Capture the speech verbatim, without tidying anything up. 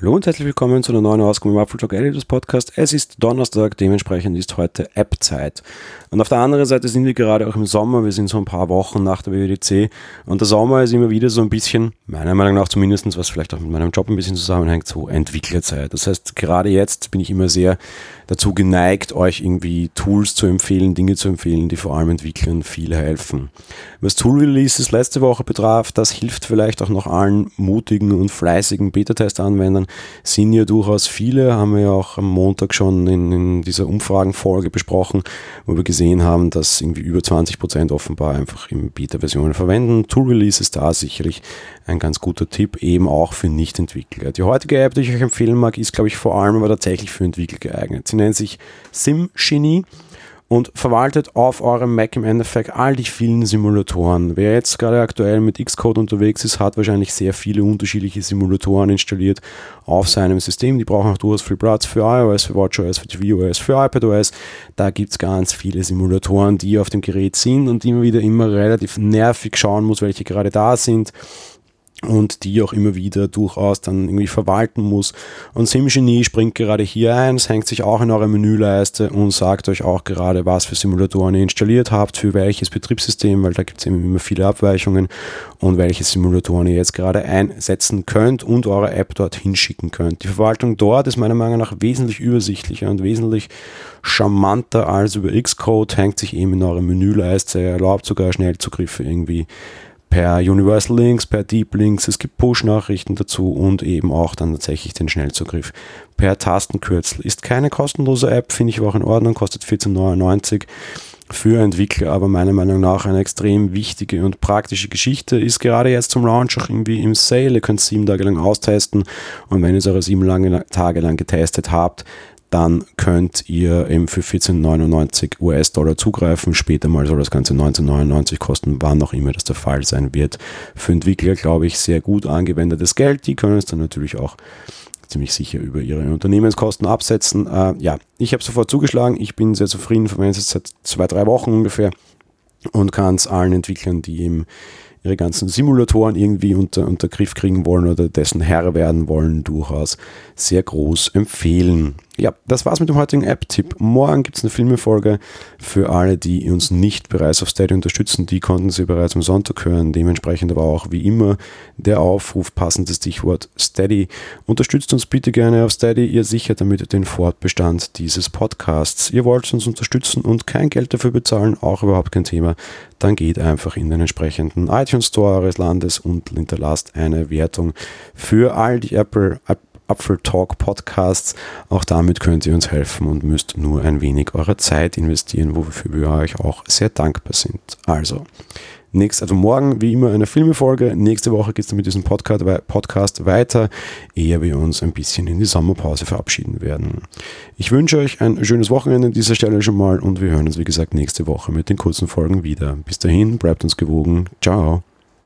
Hallo und herzlich willkommen zu einer neuen Ausgabe im Apfel Talk Editors Podcast. Es ist Donnerstag, dementsprechend ist heute App-Zeit. Und auf der anderen Seite sind wir gerade auch im Sommer, wir sind so ein paar Wochen nach der W W D C und der Sommer ist immer wieder so ein bisschen, meiner Meinung nach zumindest, was vielleicht auch mit meinem Job ein bisschen zusammenhängt, so Entwicklerzeit. Das heißt, gerade jetzt bin ich immer sehr dazu geneigt, euch irgendwie Tools zu empfehlen, Dinge zu empfehlen, die vor allem Entwicklern viel helfen. Was Tool-Releases letzte Woche betraf, das hilft vielleicht auch noch allen mutigen und fleißigen Beta-Test-Anwendern, sind ja durchaus viele, haben wir ja auch am Montag schon in, in dieser Umfragenfolge besprochen, wo wir gesehen haben, dass irgendwie über zwanzig Prozent offenbar einfach in Beta-Versionen verwenden. Tool-Release ist da sicherlich ein ganz guter Tipp, eben auch für Nicht-Entwickler. Die heutige App, die ich euch empfehlen mag, ist, glaube ich, vor allem aber tatsächlich für Entwickler geeignet. Sie nennt sich SimGenie und verwaltet auf eurem Mac im Endeffekt all die vielen Simulatoren. Wer jetzt gerade aktuell mit Xcode unterwegs ist, hat wahrscheinlich sehr viele unterschiedliche Simulatoren installiert auf seinem System. Die brauchen auch durchaus viel Platz für iOS, für WatchOS, für tvOS, für iPadOS. Da gibt es ganz viele Simulatoren, die auf dem Gerät sind und die man wieder immer relativ nervig schauen muss, welche gerade da sind. Und die auch immer wieder durchaus dann irgendwie verwalten muss. Und SimGenie springt gerade hier ein, es hängt sich auch in eure Menüleiste und sagt euch auch gerade, was für Simulatoren ihr installiert habt, für welches Betriebssystem, weil da gibt es eben immer viele Abweichungen und welche Simulatoren ihr jetzt gerade einsetzen könnt und eure App dorthin schicken könnt. Die Verwaltung dort ist meiner Meinung nach wesentlich übersichtlicher und wesentlich charmanter als über Xcode, hängt sich eben in eure Menüleiste, erlaubt sogar Schnellzugriffe irgendwie per Universal Links, per Deep Links, es gibt Push-Nachrichten dazu und eben auch dann tatsächlich den Schnellzugriff per Tastenkürzel. Ist keine kostenlose App, finde ich aber auch in Ordnung, kostet vierzehn neunundneunzig für Entwickler, aber meiner Meinung nach eine extrem wichtige und praktische Geschichte, ist gerade jetzt zum Launch auch irgendwie im Sale, ihr könnt es sieben Tage lang austesten und wenn ihr es eure sieben lange, Tage lang getestet habt, dann könnt ihr eben für vierzehn neunundneunzig U S-Dollar zugreifen. Später mal soll das Ganze neunzehn neunundneunzig kosten, wann auch immer das der Fall sein wird. Für Entwickler, glaube ich, sehr gut angewendetes Geld. Die können es dann natürlich auch ziemlich sicher über ihre Unternehmenskosten absetzen. Äh, ja, ich habe sofort zugeschlagen. Ich bin sehr zufrieden, verwende es seit zwei, drei Wochen ungefähr und kann es allen Entwicklern, die eben ihre ganzen Simulatoren irgendwie unter, unter Griff kriegen wollen oder dessen Herr werden wollen, durchaus sehr groß empfehlen. Ja, das war's mit dem heutigen App-Tipp. Morgen gibt es eine Filmefolge für alle, die uns nicht bereits auf Steady unterstützen. Die konnten Sie bereits am Sonntag hören. Dementsprechend aber auch wie immer der Aufruf, passendes Stichwort Steady. Unterstützt uns bitte gerne auf Steady. Ihr sichert damit den Fortbestand dieses Podcasts. Ihr wollt uns unterstützen und kein Geld dafür bezahlen, auch überhaupt kein Thema. Dann geht einfach in den entsprechenden iTunes Store eures Landes und hinterlasst eine Wertung für all die Apple Apfel Talk Podcasts. Auch damit könnt ihr uns helfen und müsst nur ein wenig eure Zeit investieren, wofür wir euch auch sehr dankbar sind. Also, nächst, also morgen wie immer eine Filmefolge. Nächste Woche geht es dann mit diesem Podcast, Podcast weiter, ehe wir uns ein bisschen in die Sommerpause verabschieden werden. Ich wünsche euch ein schönes Wochenende an dieser Stelle schon mal und wir hören uns wie gesagt nächste Woche mit den kurzen Folgen wieder. Bis dahin, bleibt uns gewogen. Ciao.